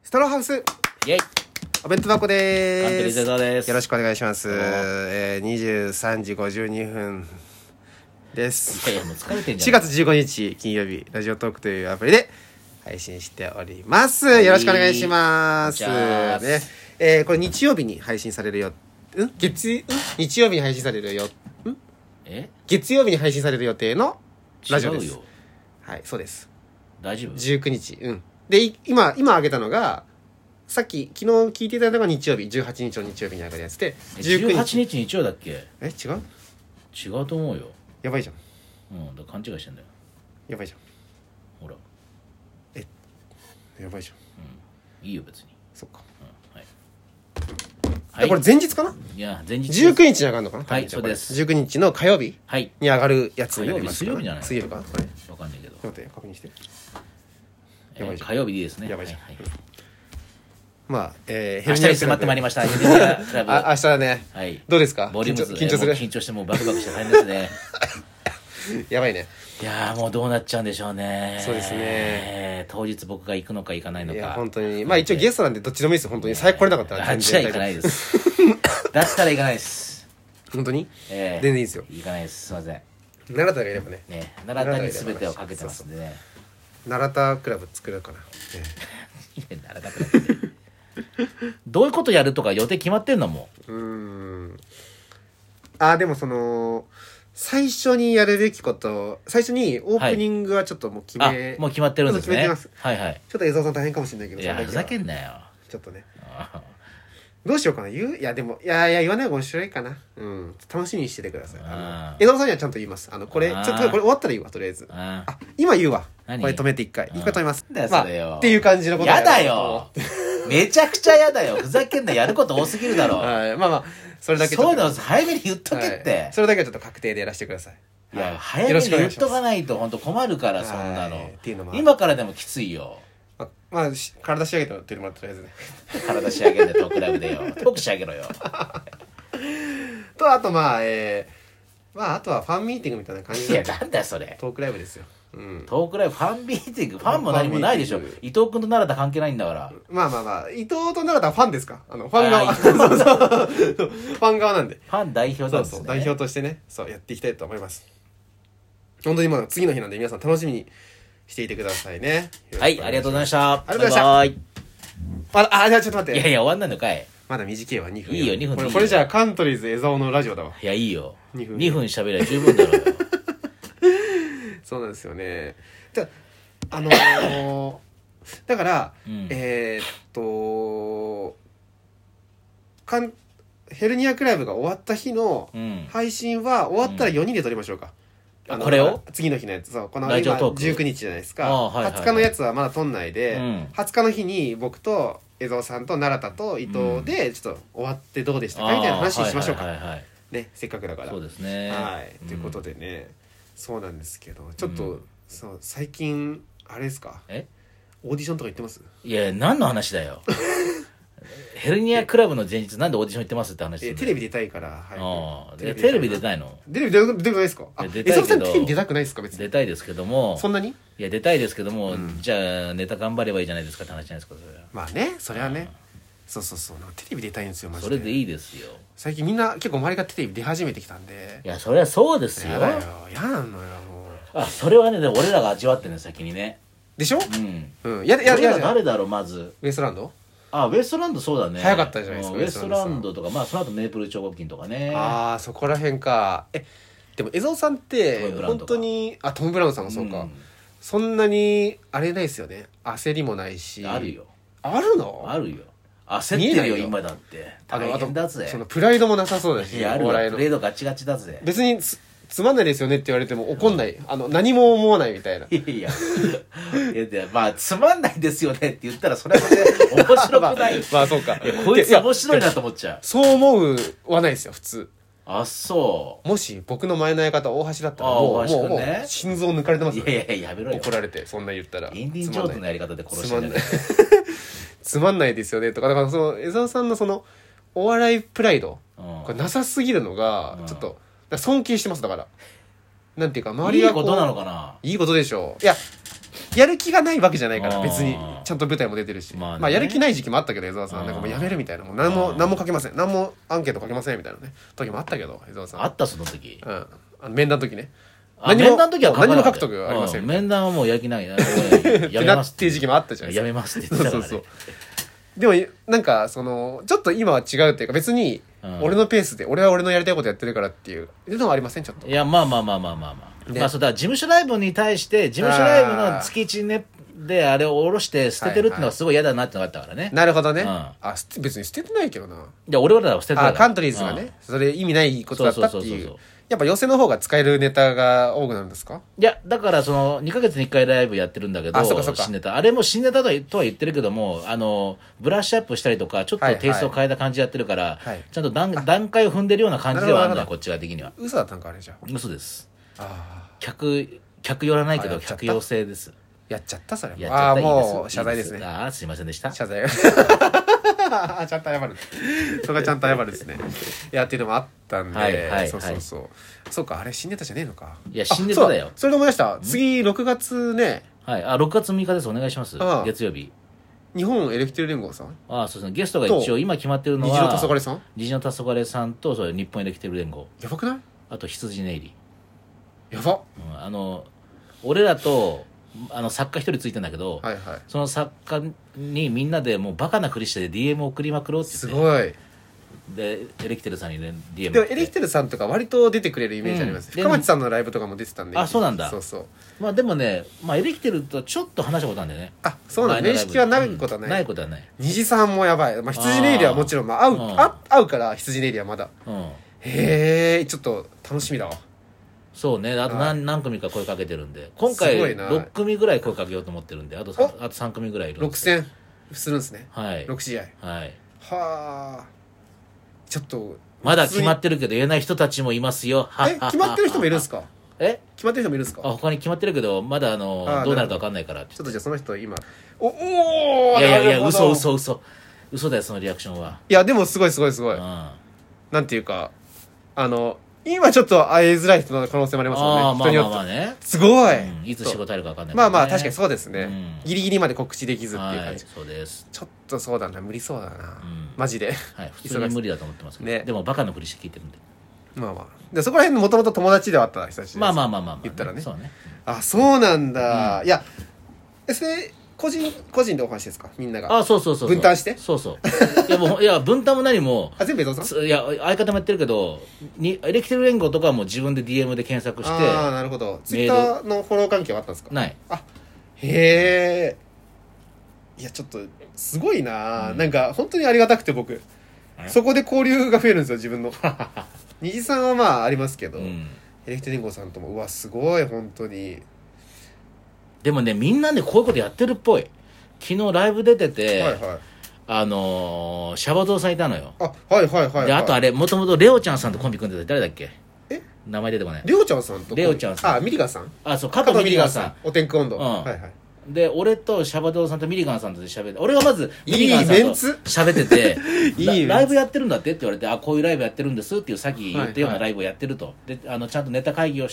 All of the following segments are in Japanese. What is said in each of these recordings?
ストローハウスイェイお弁当箱でカントリーーす。 ゼザーです。 よろしくお願いします。 どうも 23時52分です。 いやいやもう疲れてんじ 4 ゃん。 月15日金曜日、ラジオトークというアプリで配信しております。よろしくお願いします。 お願いしまね、これ日曜日に配信されるよ。日曜日に配信されるよ。月曜日に配信される予定のラジオです。 違うよ。 はい、そうです。 大丈夫 19日。うん。で、今上げたのが、昨日聞いていただいたのが日曜日、18日の日曜日に上がるやつで、 18日日曜だっけ？ 違う違うと思うよ。 やばいじゃん。 うん、だから勘違いしてんだよ。 やばいじゃほら。 ん。やばいじゃん。 いいよ別に。 そっか。 はい。 これ前日かな？ いや前日。 19日に上がるのかな？ はい多分そうです。 19日の火曜日はい。 に上がるやつになります。 火曜日水曜日じゃないの？ 水曜日かなこれ。 わかんないけど。 待って、確認して。やばいじゃん火曜日でいいですね。 やばいじゃんはいまあ、ヘ明日に迫ってまいりました。ヘルニアクラブ。 明日だね。 はい。 どうですか？ ボリュームズ緊張する？ 緊張してもうバクバクして大変ですね。 やばいね。 いやーもうどうなっちゃうんでしょうね。 そうですね。 当日僕が行くのか行かないのか。 いや、本当に。まあ一応ゲストなんでどっちでもいいですよ。本当に。最悪来れなかったら全然じゃあ行かないです。だったら行かないです。 本当に？全然いいですよ。 行かないです。すいません。 奈良田がいればね。 ね、奈良田に全てをかけてますんでね。 奈良田クラブ作ろうかな。 奈良田クラブってどういうことやるとか予定決まってんのもでも最初にやるべきこと最初にオープニングはちょっともう決め、 もう決まってるんですね。 決めてます。 はいはい。 ちょっと江澤さん大変かもしれないけど、 いやふざけんなよ。 ちょっとねどうしようかな。言わない方が面白いかな。楽しみにしててください。江澤さんにはちゃんと言います。これ終わったら言うわ、とりあえず。今言うわ。これ止めて一回止めます。 なんだよそれよ。 っていう感じのことやだよ。めちゃくちゃやだよ。ふざけんな。やること多すぎるだろ。 はい。まあそれだけそういうの早めに言っとけって。 それだけはちょっと確定でやらせてください。 いや早めに言っとかないと本当困るから、そんなの。今からでもきついよ。 まあ体仕上げてもらってとりあえずね。 体仕上げるんでトークライブでよ。トーク仕上げろよ。 とあとあとはファンミーティングみたいな感じで。 いやなんだよそれ。 トークライブですよ。 トークライブファンミーティングファンも何もないでしょ。伊藤君と奈良田関係ないんだから。 まあ伊藤と奈良田はファンですか？ファン側。ファン側なんで。 ファン代表なんですね。 そう代表としてね、やっていきたいと思います。本当に次の日なんで皆さん楽しみにしていてくださいね。 はい、ありがとうございました。 ありがとうございました。じゃあちょっと待って。 いや終わんないのかい。 まだ短いわ、2分。 いいよ2分でいいよ。 これじゃあカントリーズ江澤のラジオだわ。 いやいいよ。 2分喋れば十分だろうよ。 そうなんですよね。だからヘルニアクラブが終わった日の配信は終わったら4人で撮りましょうか。 これを次の日のやつ、この今ラジオトーク 19日じゃないですか。20日のやつはまだ撮んないで、20日の日に僕と江澤さんと奈良田と伊藤でちょっと終わってどうでしたかみたいな話にしましょうか。ね、せっかくだから。 そうですね。 はい。ということでね、そうなんですけど、ちょっと最近あれですか？オーディションとか行ってます？ いや何の話だよ。ヘルニアクラブの前日なんでオーディション行ってますって話。 テレビ出たいから。 テレビ出たいの？ テレビ出たくないですか？ 出たいけど。 テレビ出たくないですか？別に。 出たいですけども。 そんなに？ いや出たいですけども、じゃあネタ頑張ればいいじゃないですかって話じゃないですかそれは。 まあね、それはね。そうテレビ出たいんですよマジで。 それでいいですよ。 最近みんな結構周りがテレビ出始めてきたんで。 いやそれはそうですよ。 やだよ、嫌なのよもう。 それはね俺らが味わってんの先にね。 でしょ？ や誰だろうまず。 ウエストランド？ ウエストランドそうだね。 早かったじゃないですか。 ウエストランドとかその後メープル超合金とかね。 そこら辺か。でも江澤さんって本当にトム・ブラウンさんもそうか。そんなにあれないですよね。焦りもないし。 あるよ。 あるの？ あるよ。焦ってるよ今だって。大変だぜ。 プライドもなさそうだし。 いやあるよ。プライドガチガチだぜ。 別につまんないですよねって言われても怒んない。何も思わないみたいな。 いやつまんないですよねって言ったらそれはね面白くない。 まあそうか。 こいつ面白いなと思っちゃう。 そう思うはないですよ普通。 そう。 もし僕の前の相方大橋だったらもう心臓抜かれてますよ。 いややめろよ。 怒られてそんな言ったら。 インディ・ジョーンズのやり方で殺してる。 つまんないですよねとか。だから江澤さんのお笑いプライドこれなさすぎるのがちょっと尊敬してます。だからなんていうか周りがいいことなのかな。 いいことでしょう。いややる気がないわけじゃないからあー別にちゃんと舞台も出てるし、 まあねまあやる気ない時期もあったけど江澤さんなんかもうやめるみたいな、もう何も書けません、何もアンケート書けませんみたいなね時もあったけど江澤さんあったその時。 うん、面談の時ね、 面談の時は何も書くとこありませんみたいな面談はもうやる気ない。やめなますっていう時期もあったじゃないですか。 やめますって言ってたからね。 そうでもなんかそのちょっと今は違うっていうか別に俺のペースで俺は俺のやりたいことやってるからっていうのはありませんちょっと。 いや、まあ。 ねまあ、そうだ、事務所ライブに対して、事務所ライブの月1ね、で、あれを下ろして捨ててるっていうのがすごい嫌だなってのがあったからね。 なるほどね。 うんあ、別に捨ててないけどな。 いや、俺らは捨ててたカントリーズがね、それ意味ないことだったっていうそう。 やっぱ寄せの方が使えるネタが多くなるんですか？ いや、だからその、2ヶ月に1回ライブやってるんだけど、 あそうかそうか新ネタ。あれも新ネタとは言ってるけども、ブラッシュアップしたりとか、ちょっとテイストを変えた感じでやってるから、 はいちゃんと段階を踏んでるような感じではあるのよ、 なるほどこっち側的には。 嘘だったんかあれじゃん。 嘘です。 あ客寄らないけど、 あやっちゃった客寄せです。 やっちゃったそれ。 やっちゃった。 もう謝罪ですね。 ああ、すいませんでした。 謝罪。ちゃんと謝る。そこはちゃんと謝るですね。いやっていうのもあったんで、 はいそう。そうか、あれ新ネタじゃねえのか。 いや新ネタだよあそうそれで思い出した。次6月ね、 はい。あ、6月6日です。お願いします。 ああ月曜日。 日本エレキテル連合さん、 ああ、そうですね。ゲストが一応今決まってるのは、 虹の黄昏さん、 虹の黄昏さんと、そう日本エレキテル連合。 やばくない？ あと、羊ネイリ。 やば。 俺らと、作家一人ついてんだけど、 はいはい。 その作家にみんなでもうバカなふりして DM 送りまくろうってす言って。 ごい。 で、エレキテルさんにね、DM でもエレキテルさんとか割と出てくれるイメージあります。 うん深町さんのライブとかも出てたんで。 あそうなんだそう。 まあでもね、まあエレキテルとちょっと話したことあるんだよね。 あ、そうなんだ。面識はないことはない。 ないことはない。 虹さんもやばい。まあ、羊ネイリはもちろん、まあ、合うから、羊ネイリはまだ。 うん。 へえ、ちょっと楽しみだわ。 そうね。あとはい何組か声かけてるんで。今回すごいな 6組ぐらい声かけようと思ってるんで、あと3組ぐらいいるん 6 ですよ。 戦するんですね。 はい。 6試合。 はい。 はあ。ちょっと。 まだ決まっってるけど言えない人たちもいますよ。 決まってる人もいるんですか？ え決まってる人もいるんですか？ 他に決まってるけど、まだどうなるか分かんないからってちょっとじゃあその人今。おいや、 なるほど嘘だよ、そのリアクションは。 いや、でもすごい。 うん。 なんていうか、今ちょっと会いづらい人の可能性もありますああ、 よね。人によって。 ね。 すごい。 いつ仕事あるか分かんないまあまあ、確かにそうですね。 うんギリギリまで告知できずっていうはい、 感じ。 そうです。 ちょっとそうだな、無理そうだな。 んマジで。 はい、普通に無理だと思ってますけど。 ねでもバカのふりして聞いてるんで。 まあまあ。で、そこら辺もともと友達ではあった人たちです。 まあ。 言ったらねそうね。 あ、そうなんだ。いや、それ、個人でお話ですかみんなが。 あ、そう。 分担してそうそう。いや、分担も何も、 あ、全部江戸さんいや、相方もやってるけど、エレキテル連合とかはもう自分で DM で検索して、 ああ、なるほど。ツイッターのフォロー関係はあったんですか？ ない。 あ、へえ。いや、ちょっと、すごいな、なんか、本当にありがたくて僕。そこで交流が増えるんですよ、自分の。虹さんはまあ、ありますけど、エレキテル連合さんとも、うわ、すごい、本当に。 でもね、みんなね、こういうことやってるっぽい。昨日ライブ出てて、 はいはい。 シャバゾウさんいたのよ。 あ、はい。 で、あとあれ、もともとレオちゃんさんとコンビ組んでた誰だっけ？ え名前出てこない。 りょうちゃんさんとレオちゃんさんあ、ミリガンさんあ、そう、加藤ミリガンさん。 お天気温度。 うんはいはい。 で、俺とシャバドウさんとミリガンさんとで喋って、俺がまずミリガンさんといいメンツ喋ってて、 いいメンツライブやってるんだってって言われて、あ、こういうライブやってるんですっていうさっき言ったようなはいはいライブをやってると。で、ちゃんとネタ会議をして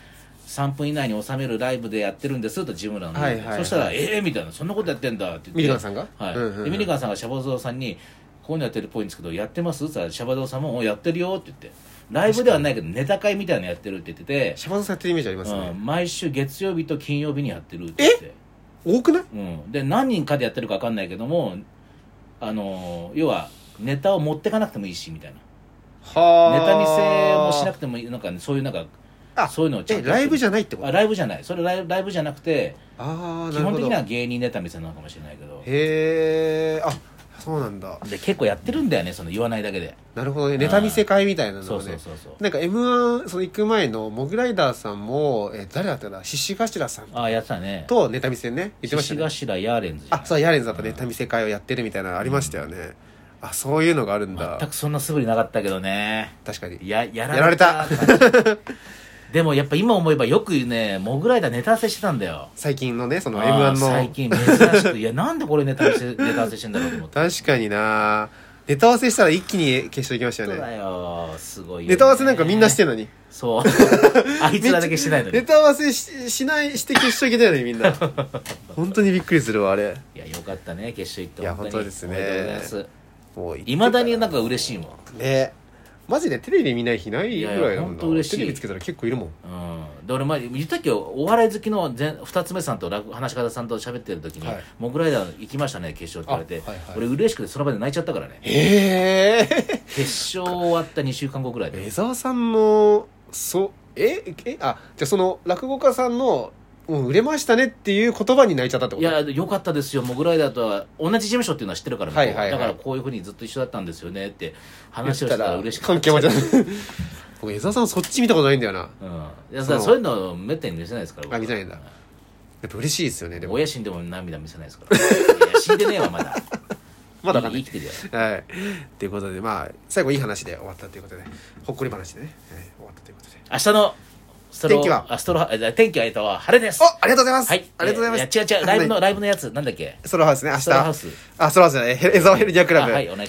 、3分以内に収めるライブでやってるんですと自分らの言う、 はいはいはいそしたら、みたいな、そんなことやってんだって言って。 ミリガンさんがはい。 うんうんうんで、ミリガンさんがシャバドウさんに、こういうのやってるっぽいんですけど、やってますって言ったら、シャバドウさんも、やってるよって言って。ライブではないけど、ネタ会みたいなのやってるって言ってて、 シャバゾウさんやってるイメージありますね。 毎週月曜日と金曜日にやってるって言って。 多くない？ で何人かでやってるか分かんないけども要はネタを持ってかなくてもいいしみたいなはネタ見せもしなくてもいいなんか、ね、そういうなんかそういうのをちゃんとライブじゃないってこと？ ライブじゃないそれライブじゃなくてああ、 基なるほど。 本的には芸人ネタ見せなのかもしれないけどへえ、あ、そうなんだ。 で結構やってるんだよねその言わないだけでなるほどね。ネタ見せ会みたいなのそうをね。 そうなんか M1 その行く前のモグライダーさんも、誰だったかな、獅子頭さんああやってたねとネタ見せね、言ってましたね。 獅子頭ヤーレンズじゃないあ、そう、ヤーレンズだったネタ見せ会をやってるみたいなのありましたよね。あ、そういうのがあるんだ。 全くそんな素振りなかったけどね確かに。 やられたでもやっぱ今思えばよくねモグライダーネタ合わせしてたんだよ最近のね、その M1 の。 最近珍しくいやなんでこれネタ合わせしてんだろうと思って確かにな。 ネタ合わせしたら一気に決勝行きましたよそうだね。 よすごいよ、ね、 ネタ合わせなんかみんなしてんのに。 そうあいつらだけしてないのにネタ合わせしないして決勝行けたよねみんな。本当にびっくりするわあれ。 いやよかったね決勝行って。 いや本当ですね。 おめでとうございます。 もういまだになんか嬉しいもんね。マジでテレビ見ない日ないぐらいだもんな。 いやいやほんと嬉しいテレビつけたら結構いるもん。 うん、で俺前言ったっけお笑い好きの二つ目さんと話し方さんと喋ってる時に、 はいモグライダー行きましたね決勝って言われて、 あはいはい俺嬉しくてその場で泣いちゃったからね。 へえ。 決勝終わった2週間後ぐらいで江沢さんのじゃあその落語家さんのもう売れましたねっていう言葉に泣いちゃったってこと？ いや良かったですよモグライダーとは同じ事務所っていうのは知ってるから、 はいはいはいだからこういうふうにずっと一緒だったんですよねって話をしたら嬉しかった。 関係まで僕江沢さんそっち見たことないんだよな。 いやそういうのめったに見せないですから。 あ見せないんだ。やっぱ嬉しいですよね。でも親死んでも涙見せないですからいや死んでねえわまだまだわかんない生きてるよ。 はいということでまあ最後いい話で終わったということでほっこり話でね、終わったということで明日の天気は天気は晴れです。 ありがとうございます。 はいありがとうございます。 違うライブのやつなんだっけ。 ソロハウスね明日。 ソロハウスソロハウスじゃない江沢ヘルニアクラブ。 はいお願いします。